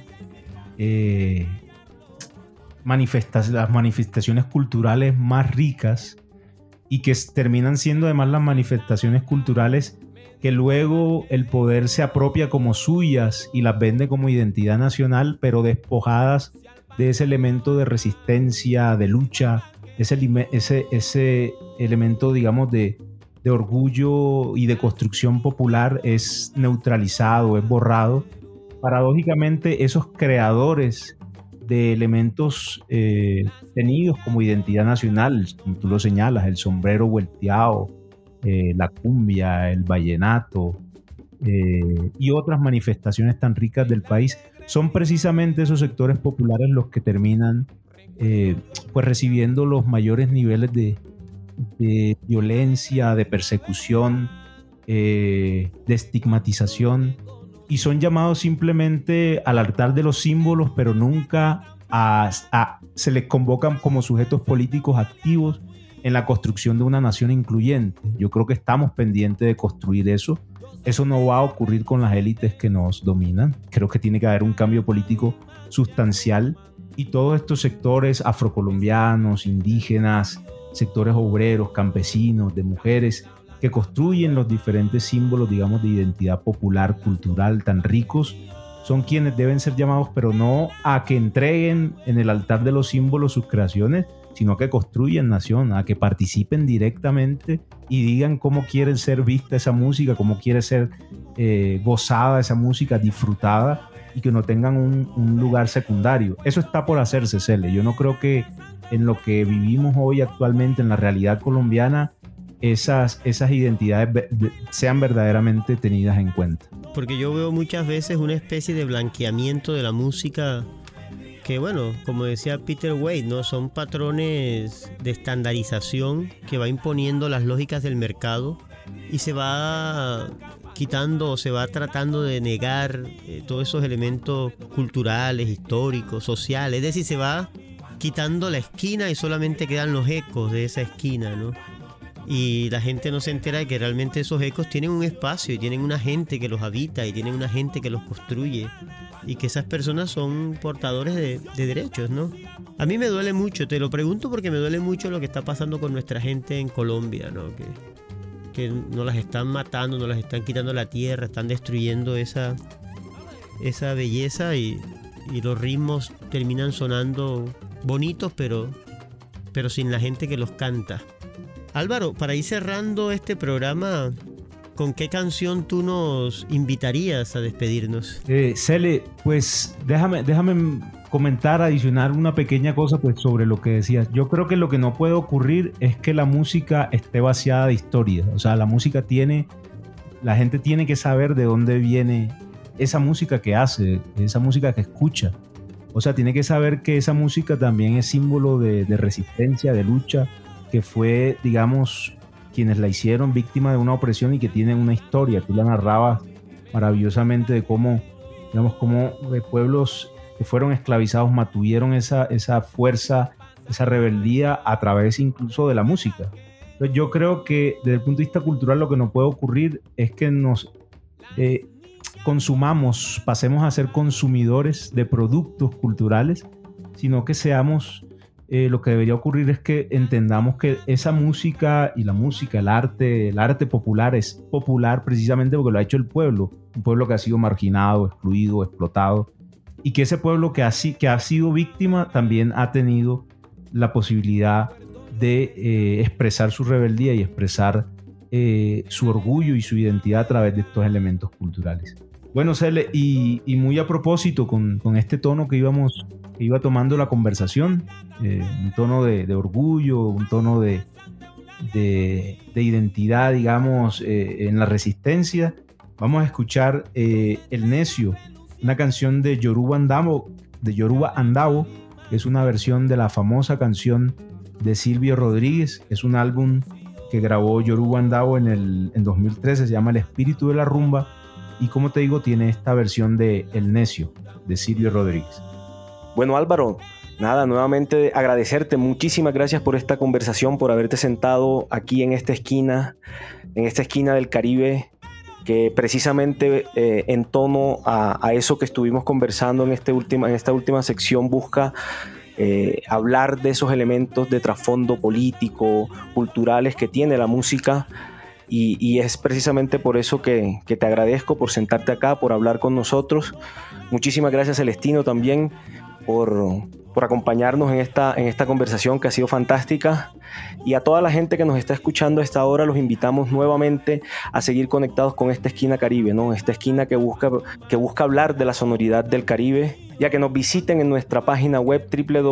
las manifestaciones culturales más ricas, y que terminan siendo además las manifestaciones culturales que luego el poder se apropia como suyas y las vende como identidad nacional, pero despojadas de ese elemento de resistencia, de lucha, ese elemento, digamos, de orgullo y de construcción popular, es neutralizado, es borrado. Paradójicamente, esos creadores de elementos tenidos como identidad nacional, como tú lo señalas, el sombrero volteado, la cumbia, el vallenato y otras manifestaciones tan ricas del país, son precisamente esos sectores populares los que terminan pues recibiendo los mayores niveles de violencia, de persecución, de estigmatización, y son llamados simplemente al altar de los símbolos, pero nunca se les convocan como sujetos políticos activos en la construcción de una nación incluyente. Yo creo que estamos pendientes de construir eso. Eso no va a ocurrir con las élites que nos dominan. Creo que tiene que haber un cambio político sustancial, y todos estos sectores afrocolombianos, indígenas, sectores obreros, campesinos, de mujeres, que construyen los diferentes símbolos, digamos, de identidad popular, cultural tan ricos, son quienes deben ser llamados, pero no a que entreguen en el altar de los símbolos sus creaciones, sino que construyan nación, a que participen directamente y digan cómo quieren ser vista esa música, cómo quiere ser gozada esa música, disfrutada, y que no tengan un lugar secundario. Eso está por hacerse, Cele. Yo no creo que en lo que vivimos hoy actualmente, en la realidad colombiana, esas identidades sean verdaderamente tenidas en cuenta. Porque yo veo muchas veces una especie de blanqueamiento de la música que, bueno, como decía Peter Wade, ¿no? Son patrones de estandarización que va imponiendo las lógicas del mercado, y se va quitando o se va tratando de negar todos esos elementos culturales, históricos, sociales. Es decir, se va quitando la esquina y solamente quedan los ecos de esa esquina, ¿no? Y la gente no se entera de que realmente esos ecos tienen un espacio y tienen una gente que los habita y tienen una gente que los construye, y que esas personas son portadores de derechos, ¿no? A mí me duele mucho, te lo pregunto porque me duele mucho lo que está pasando con nuestra gente en Colombia, ¿no? Que que nos las están matando, nos las están quitando la tierra, están destruyendo esa belleza y los ritmos terminan sonando bonitos, pero sin la gente que los canta. Álvaro, para ir cerrando este programa, ¿con qué canción tú nos invitarías a despedirnos? Cele, pues déjame comentar, adicionar una pequeña cosa pues sobre lo que decías. Yo creo que lo que no puede ocurrir es que la música esté vaciada de historia. O sea, la gente tiene que saber de dónde viene esa música que hace, esa música que escucha. O sea, tiene que saber que esa música también es símbolo de resistencia, de lucha, que fue, digamos, quienes la hicieron víctima de una opresión y que tienen una historia. Tú la narrabas maravillosamente de cómo pueblos que fueron esclavizados mantuvieron esa fuerza, esa rebeldía a través incluso de la música. Entonces yo creo que desde el punto de vista cultural lo que no puede ocurrir es que nos pasemos a ser consumidores de productos culturales, sino que seamos, lo que debería ocurrir es que entendamos que esa música y la música, el arte popular es popular precisamente porque lo ha hecho el pueblo, un pueblo que ha sido marginado, excluido, explotado, y que ese pueblo que ha sido víctima también ha tenido la posibilidad de expresar su rebeldía y expresar su orgullo y su identidad a través de estos elementos culturales. Bueno, Cele, y muy a propósito con este tono que iba tomando la conversación, un tono de orgullo, un tono de identidad, digamos, en la resistencia, vamos a escuchar El Necio, una canción de Yoruba Andabo, que es una versión de la famosa canción de Silvio Rodríguez. Es un álbum que grabó Yoruba Andabo en 2013, se llama El Espíritu de la Rumba, y como te digo, tiene esta versión de El Necio, de Silvio Rodríguez. Bueno, Álvaro, nada, nuevamente agradecerte, muchísimas gracias por esta conversación, por haberte sentado aquí en esta esquina del Caribe, que precisamente en tono a eso que estuvimos conversando en esta última sección busca hablar de esos elementos de trasfondo político, culturales que tiene la música. Y es precisamente por eso que te agradezco por sentarte acá, por hablar con nosotros. Muchísimas gracias, Celestino, también por acompañarnos en esta conversación que ha sido fantástica. Y a toda la gente que nos está escuchando a esta hora, los invitamos nuevamente a seguir conectados con esta esquina Caribe, ¿no? Esta esquina que busca hablar de la sonoridad del Caribe, ya que nos visiten en nuestra página web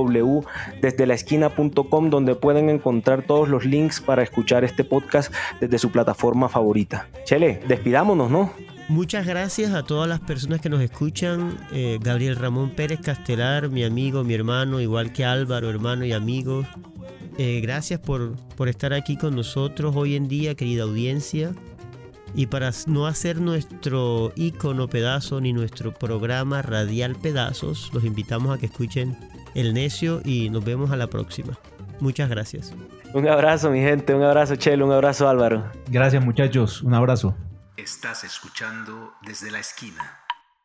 www.desdelaesquina.com, donde pueden encontrar todos los links para escuchar este podcast desde su plataforma favorita. Chele, despidámonos, ¿no? Muchas gracias a todas las personas que nos escuchan. Gabriel Ramón Pérez Castelar, mi amigo, mi hermano, igual que Álvaro, hermano y amigo. Gracias por estar aquí con nosotros hoy en día, querida audiencia. Y para no hacer nuestro ícono pedazo ni nuestro programa radial pedazos, los invitamos a que escuchen El Necio y nos vemos a la próxima. Muchas gracias. Un abrazo, mi gente. Un abrazo, Chelo. Un abrazo, Álvaro. Gracias, muchachos. Un abrazo. Estás escuchando Desde la Esquina.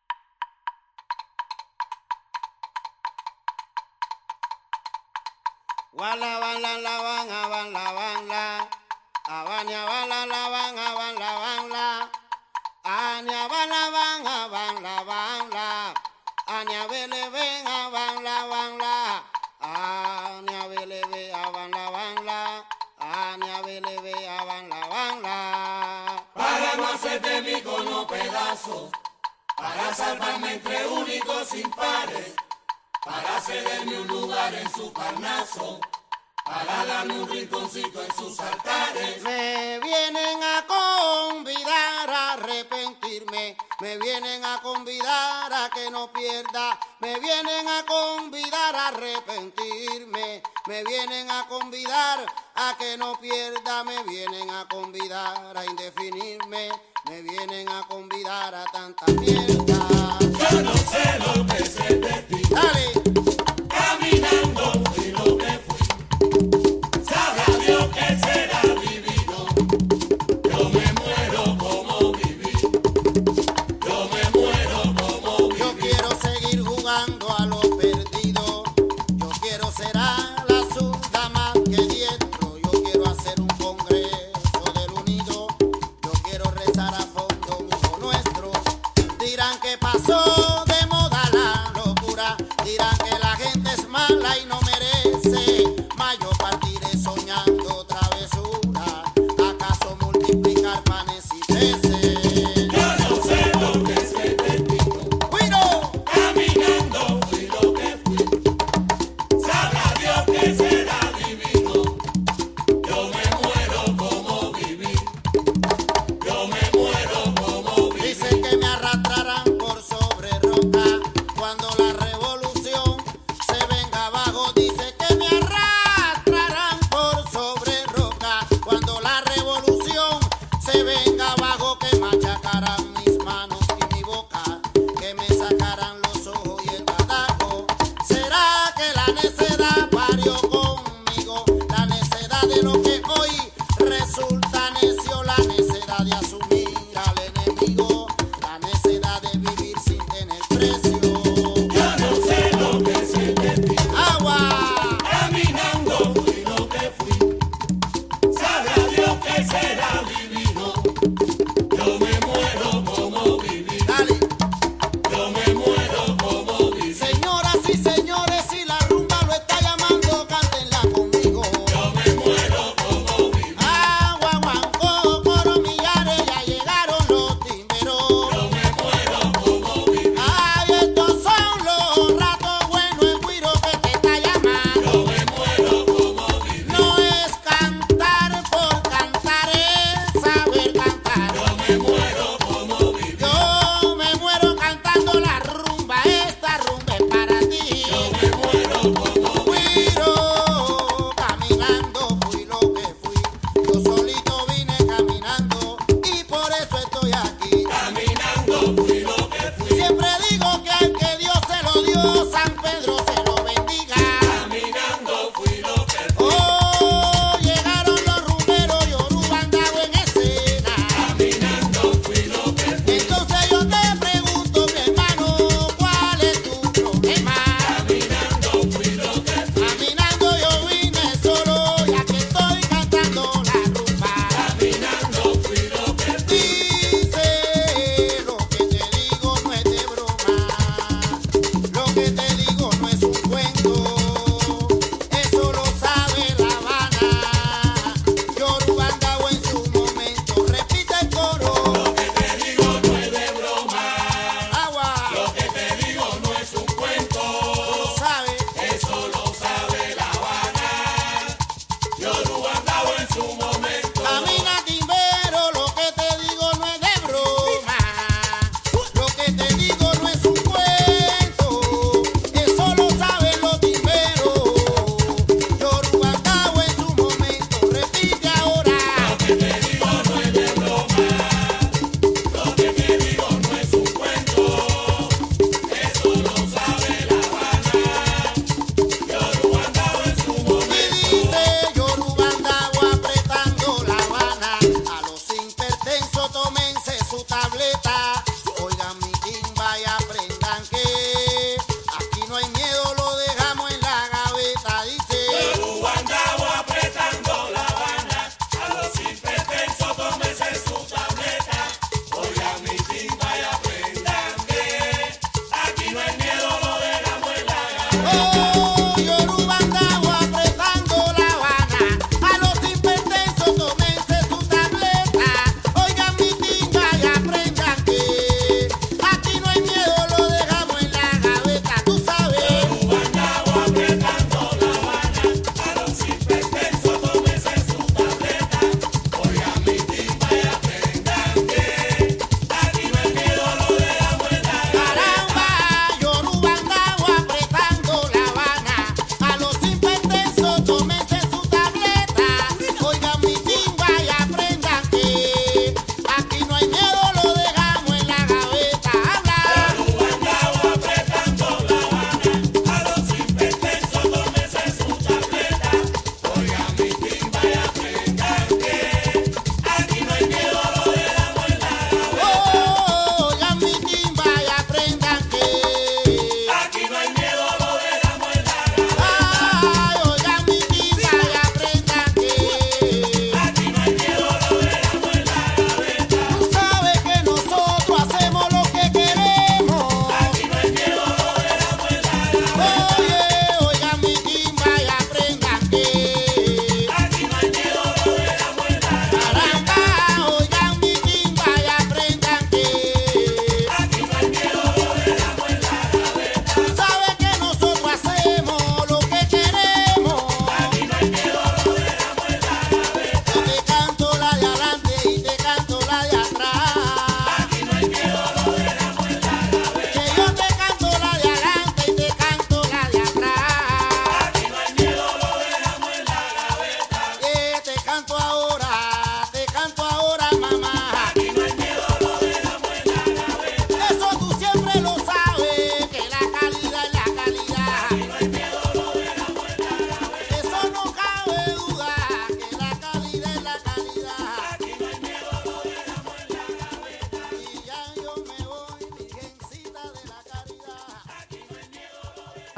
Wala wala la van a van la van la Abania wala la van a van la van la Ania wala van a van la van la Ania vele ven a van la van la Ania vele ve a van la van la Ania vele ve a van la van la. Para no hacerte mi cono pedazos, para salvarme entre únicos impares, para cederme un lugar en su Parnaso, para darme un rinconcito en sus altares. Me vienen a convidar a arrepentirme, me vienen a convidar a que no pierda, me vienen a convidar a arrepentirme, me vienen a convidar a que no pierda, me vienen a convidar a indefinirme, me vienen a convidar a tanta mierda. Yo no sé lo que es el destino. Dale. Caminando fui lo que fui. Sabrá Dios que será vivido. Yo me muero como viví. Yo me muero como viví. Yo quiero seguir jugando a lo perdido. Yo quiero ser a la zurda más que diestro. Yo quiero hacer un congreso del unido. Dirán que pasó de moda la locura, dirán que la gente es mala y no merece, mas yo partiré soñando travesura, acaso multiplicar panes y peces. Yo no sé lo que es el destino. ¡Cuiro! Caminando fui lo que fui. Sabrá Dios que será divino. Yo me muero como viví. Yo me muero como viví. Dicen que me arrastrarán por sobre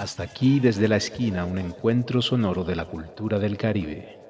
Hasta aquí desde la esquina un encuentro sonoro de la cultura del Caribe.